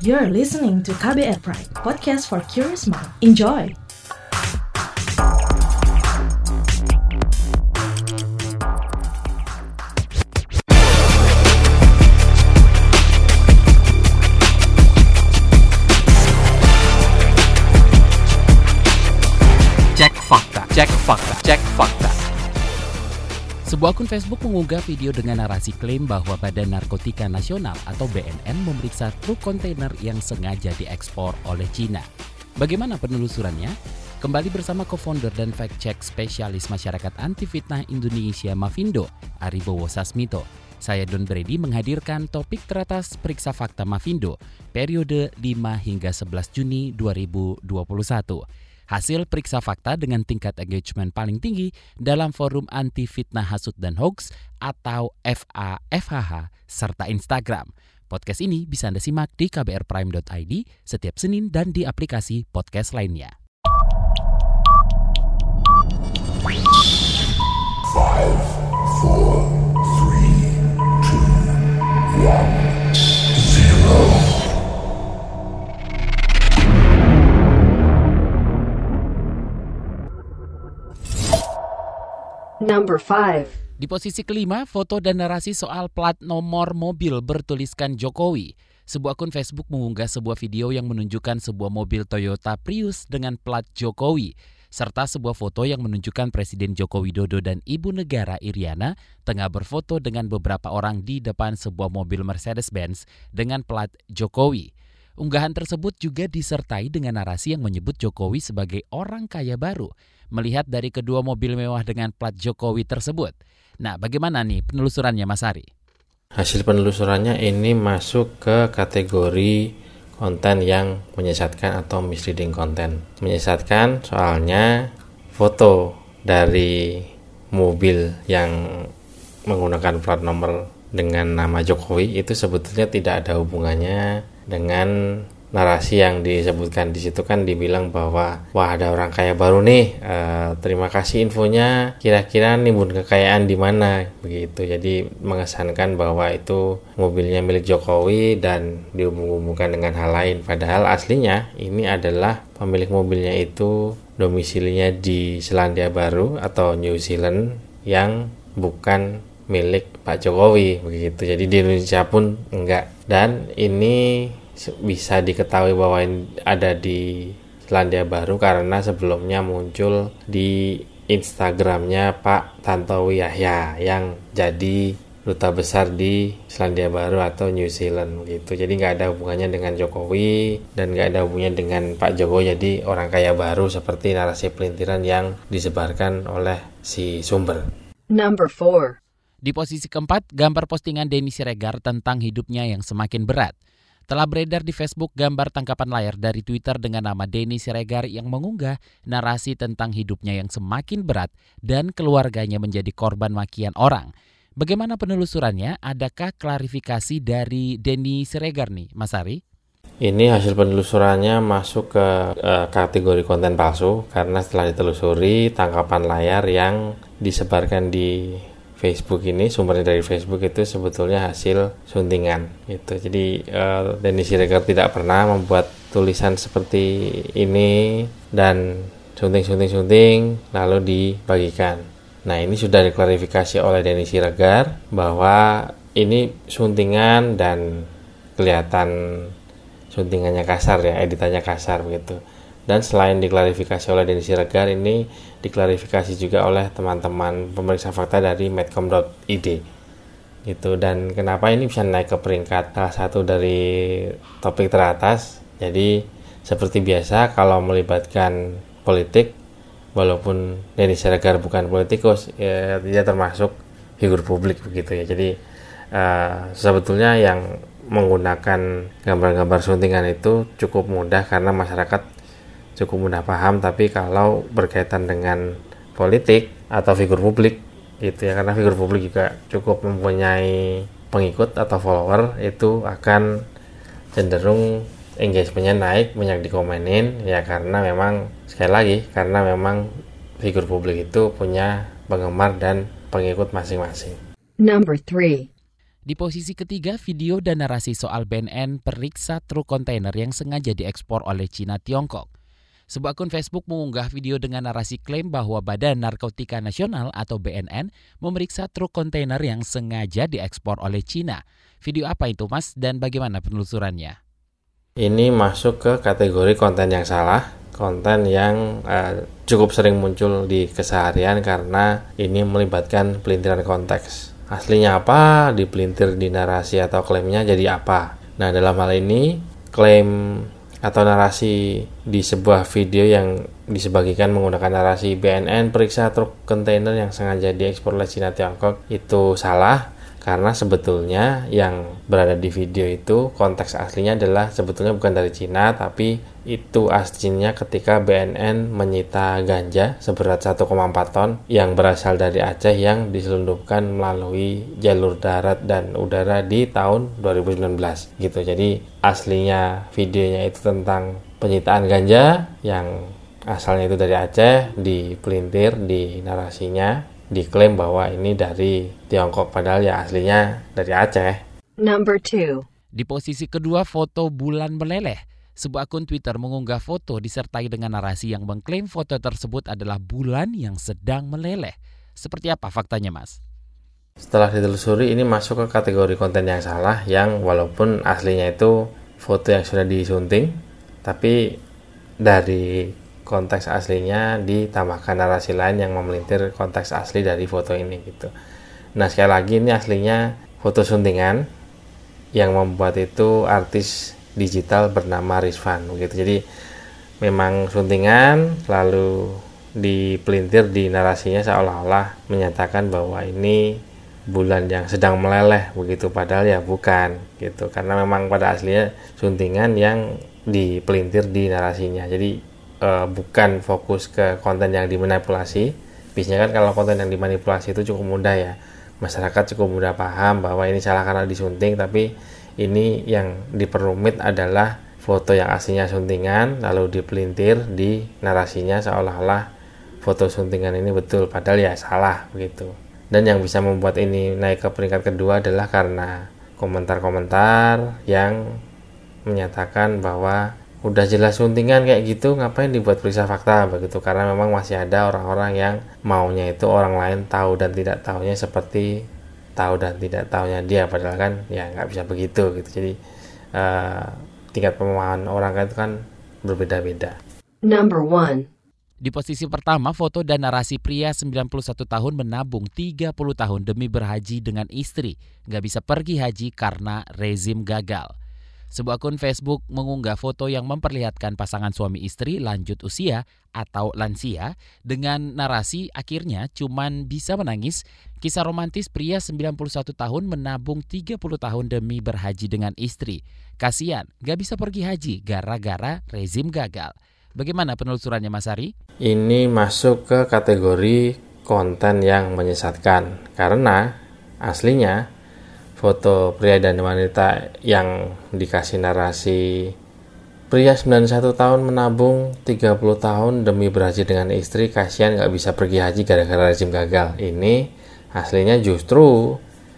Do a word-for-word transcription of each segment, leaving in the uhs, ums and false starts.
You're listening to K B R Prime, podcast for curious mind. Enjoy! Cek fakta, cek fakta, cek fakta. Sebuah akun Facebook mengunggah video dengan narasi klaim bahwa Badan Narkotika Nasional atau B N N memeriksa truk kontainer yang sengaja diekspor oleh Cina. Bagaimana penelusurannya? Kembali bersama co-founder dan fact-check spesialis masyarakat anti fitnah Indonesia Mafindo, Aribowo Sasmito. Saya Don Brady menghadirkan topik teratas Periksa Fakta Mafindo, periode lima hingga sebelas Juni dua ribu dua puluh satu. Hasil periksa fakta dengan tingkat engagement paling tinggi dalam forum anti fitnah hasut dan hoax atau F A F H H serta Instagram. Podcast ini bisa Anda simak di k b r prime dot i d setiap Senin dan di aplikasi podcast lainnya. five, four, three, two, one, zero. Number five. Di posisi kelima, foto dan narasi soal plat nomor mobil bertuliskan Jokowi. Sebuah akun Facebook mengunggah sebuah video yang menunjukkan sebuah mobil Toyota Prius dengan plat Jokowi, serta sebuah foto yang menunjukkan Presiden Joko Widodo dan Ibu Negara Iriana tengah berfoto dengan beberapa orang di depan sebuah mobil Mercedes-Benz dengan plat Jokowi. Unggahan tersebut juga disertai dengan narasi yang menyebut Jokowi sebagai orang kaya baru, melihat dari kedua mobil mewah dengan plat Jokowi tersebut. Nah, bagaimana nih penelusurannya, Mas Ari? Hasil penelusurannya ini masuk ke kategori konten yang menyesatkan atau misleading content. Menyesatkan soalnya foto dari mobil yang menggunakan plat nomor dengan nama Jokowi itu sebetulnya tidak ada hubungannya dengan narasi yang disebutkan. Di situ kan dibilang bahwa wah ada orang kaya baru nih, e, terima kasih infonya, kira-kira nimbun kekayaan di mana begitu. Jadi mengesankan bahwa itu mobilnya milik Jokowi dan dihubung-hubungkan dengan hal lain. Padahal aslinya ini adalah pemilik mobilnya itu domisilinya di Selandia Baru atau New Zealand yang bukan milik Pak Jokowi begitu. Jadi di Indonesia pun enggak. Dan ini bisa diketahui bahwa ada di Selandia Baru karena sebelumnya muncul di Instagramnya Pak Tantowi Yahya yang jadi duta besar di Selandia Baru atau New Zealand gitu. Jadi nggak ada hubungannya dengan Jokowi dan nggak ada hubungannya dengan Pak Jokowi, jadi orang kaya baru seperti narasi pelintiran yang disebarkan oleh si sumber. Number four. Di posisi keempat, gambar postingan Denny Siregar tentang hidupnya yang semakin berat. Telah beredar di Facebook gambar tangkapan layar dari Twitter dengan nama Denny Siregar yang mengunggah narasi tentang hidupnya yang semakin berat dan keluarganya menjadi korban makian orang. Bagaimana penelusurannya? Adakah klarifikasi dari Denny Siregar nih, Mas Ari? Ini hasil penelusurannya masuk ke uh, kategori konten palsu karena setelah ditelusuri tangkapan layar yang disebarkan di Facebook ini, sumbernya dari Facebook itu sebetulnya hasil suntingan gitu. Jadi uh, Denny Siregar tidak pernah membuat tulisan seperti ini dan sunting-sunting-sunting lalu dibagikan. Nah, ini sudah diklarifikasi oleh Denny Siregar bahwa ini suntingan dan kelihatan suntingannya kasar ya, editannya kasar begitu. Dan selain diklarifikasi oleh Denny Siregar, ini diklarifikasi juga oleh teman-teman pemeriksa fakta dari medcom dot i d gitu. Dan kenapa ini bisa naik ke peringkat salah satu dari topik teratas? Jadi seperti biasa kalau melibatkan politik, walaupun Denny Siregar bukan politikus, ya, dia termasuk figur publik begitu ya. Jadi uh, sebetulnya yang menggunakan gambar-gambar suntingan itu cukup mudah karena masyarakat cukup mudah paham, tapi kalau berkaitan dengan politik atau figur publik gitu ya, karena figur publik juga cukup mempunyai pengikut atau follower, itu akan cenderung engagementnya naik, banyak dikomenin ya, karena memang sekali lagi karena memang figur publik itu punya penggemar dan pengikut masing-masing. Number three. Di posisi ketiga, video dan narasi soal B N N periksa truk kontainer yang sengaja diekspor oleh Cina Tiongkok. Sebuah akun Facebook mengunggah video dengan narasi klaim bahwa Badan Narkotika Nasional atau B N N memeriksa truk kontainer yang sengaja diekspor oleh Cina. Video apa itu, Mas, dan bagaimana penelusurannya? Ini masuk ke kategori konten yang salah, konten yang uh, cukup sering muncul di keseharian karena ini melibatkan pelintiran konteks. Aslinya apa, dipelintir di narasi atau klaimnya jadi apa. Nah, dalam hal ini, klaim atau narasi di sebuah video yang disebagikan menggunakan narasi B N N periksa truk kontainer yang sengaja diekspor oleh Cina Tiongkok itu salah, karena sebetulnya yang berada di video itu konteks aslinya adalah sebetulnya bukan dari Cina, tapi itu aslinya ketika B N N menyita ganja seberat satu koma empat ton yang berasal dari Aceh yang diselundupkan melalui jalur darat dan udara di tahun dua ribu sembilan belas gitu. Jadi aslinya videonya itu tentang penyitaan ganja yang asalnya itu dari Aceh, dipelintir di narasinya, diklaim bahwa ini dari Tiongkok padahal ya aslinya dari Aceh. Number two. Di posisi kedua, foto bulan meleleh. Sebuah akun Twitter mengunggah foto disertai dengan narasi yang mengklaim foto tersebut adalah bulan yang sedang meleleh. Seperti apa faktanya, Mas? Setelah ditelusuri, ini masuk ke kategori konten yang salah, yang walaupun aslinya itu foto yang sudah disunting, tapi dari konteks aslinya ditambahkan narasi lain yang memelintir konteks asli dari foto ini gitu. Nah, sekali lagi ini aslinya foto suntingan yang membuat itu artis digital bernama Rizvan begitu. Jadi memang suntingan lalu dipelintir di narasinya seolah-olah menyatakan bahwa ini bulan yang sedang meleleh begitu, padahal ya bukan gitu, karena memang pada aslinya suntingan yang dipelintir di narasinya. Jadi eh, bukan fokus ke konten yang dimanipulasi. Biasanya kan kalau konten yang dimanipulasi itu cukup mudah ya, masyarakat cukup mudah paham bahwa ini salah karena disunting, tapi ini yang diperumit adalah foto yang aslinya suntingan lalu dipelintir di narasinya seolah-olah foto suntingan ini betul, padahal ya salah begitu. Dan yang bisa membuat ini naik ke peringkat kedua adalah karena komentar-komentar yang menyatakan bahwa udah jelas suntingan kayak gitu, ngapain dibuat periksa fakta begitu, karena memang masih ada orang-orang yang maunya itu orang lain tahu dan tidak tahunya seperti tahu dan tidak tahunya dia, padahal kan ya nggak bisa begitu gitu. Jadi uh, tingkat pemahaman orang kan itu kan berbeda-beda. Number one. Di posisi pertama, foto dan narasi pria sembilan puluh satu tahun menabung tiga puluh tahun demi berhaji dengan istri, nggak bisa pergi haji karena rezim gagal. Sebuah akun Facebook mengunggah foto yang memperlihatkan pasangan suami istri lanjut usia atau lansia dengan narasi akhirnya cuman bisa menangis. Kisah romantis pria sembilan puluh satu tahun menabung tiga puluh tahun demi berhaji dengan istri. Kasian, gak bisa pergi haji gara-gara rezim gagal. Bagaimana penelusurannya, Mas Ari? Ini masuk ke kategori konten yang menyesatkan karena aslinya foto pria dan wanita yang dikasih narasi pria sembilan puluh satu tahun menabung tiga puluh tahun demi berhaji dengan istri, kasihan gak bisa pergi haji gara-gara rezim gagal. Ini aslinya justru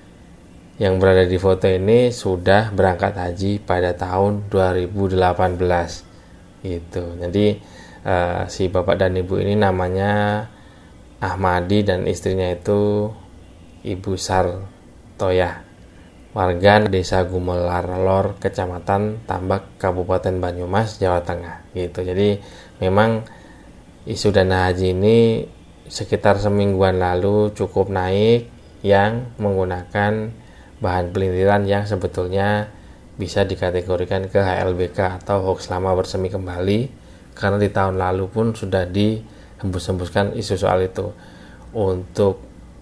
yang berada di foto ini sudah berangkat haji pada tahun dua ribu delapan belas gitu. Jadi uh, si bapak dan ibu ini namanya Ahmadi dan istrinya itu Ibu Sartoyah, warga desa Gumelar-Lor, Kecamatan Tambak, Kabupaten Banyumas, Jawa Tengah gitu. Jadi memang isu dana haji ini sekitar semingguan lalu cukup naik, yang menggunakan bahan pelintiran yang sebetulnya bisa dikategorikan ke H L B K atau hoax lama bersemi kembali, karena di tahun lalu pun sudah dihembus-hembuskan isu soal itu untuk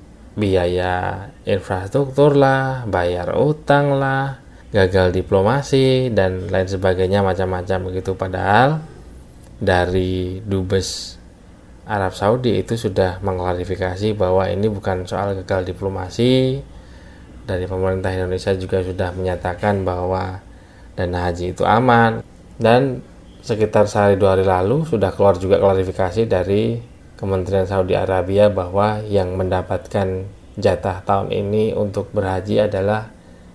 biaya infrastruktur lah, bayar utang lah, gagal diplomasi dan lain sebagainya, macam-macam begitu. Padahal dari Dubes Arab Saudi itu sudah mengklarifikasi bahwa ini bukan soal gagal diplomasi. Dari pemerintah Indonesia juga sudah menyatakan bahwa dana haji itu aman. Dan sekitar sehari dua hari lalu sudah keluar juga klarifikasi dari Kementerian Saudi Arabia bahwa yang mendapatkan jatah tahun ini untuk berhaji adalah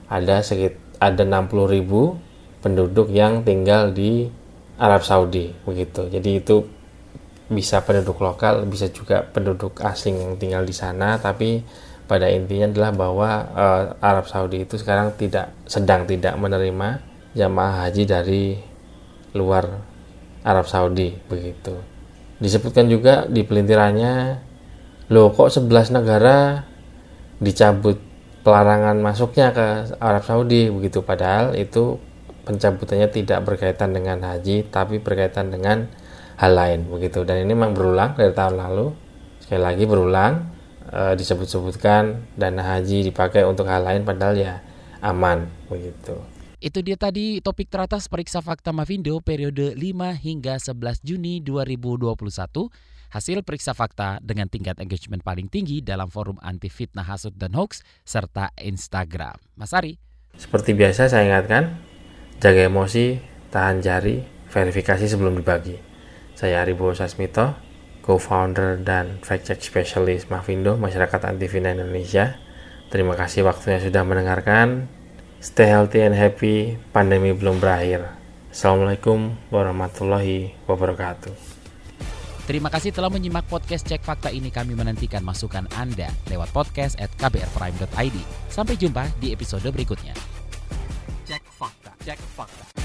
ada sekit ada enam puluh ribu penduduk yang tinggal di Arab Saudi begitu. Jadi itu bisa penduduk lokal, bisa juga penduduk asing yang tinggal di sana, tapi pada intinya adalah bahwa uh, Arab Saudi itu sekarang tidak sedang tidak menerima jamaah haji dari luar Arab Saudi begitu. Disebutkan juga di pelintirannya, loh kok sebelas negara dicabut pelarangan masuknya ke Arab Saudi begitu, padahal itu pencabutannya tidak berkaitan dengan haji tapi berkaitan dengan hal lain begitu. Dan ini memang berulang dari tahun lalu, sekali lagi berulang e, disebut-sebutkan dana haji dipakai untuk hal lain padahal ya aman begitu. Itu dia tadi topik teratas Periksa Fakta Mavindo periode lima hingga sebelas Juni dua ribu dua puluh satu. Hasil periksa fakta dengan tingkat engagement paling tinggi dalam forum anti fitnah, hasut, dan hoax serta Instagram. Mas Ari. Seperti biasa saya ingatkan, jaga emosi, tahan jari, verifikasi sebelum dibagi. Saya Aribo Sasmito, co-founder dan fact-check specialist Mavindo, Masyarakat Anti Fitnah Indonesia. Terima kasih waktunya sudah mendengarkan. Stay healthy and happy, pandemi belum berakhir. Assalamualaikum warahmatullahi wabarakatuh. Terima kasih telah menyimak podcast Cek Fakta ini. Kami menantikan masukan Anda lewat podcast at k b r prime dot i d. Sampai jumpa di episode berikutnya. Cek Fakta. Cek Fakta.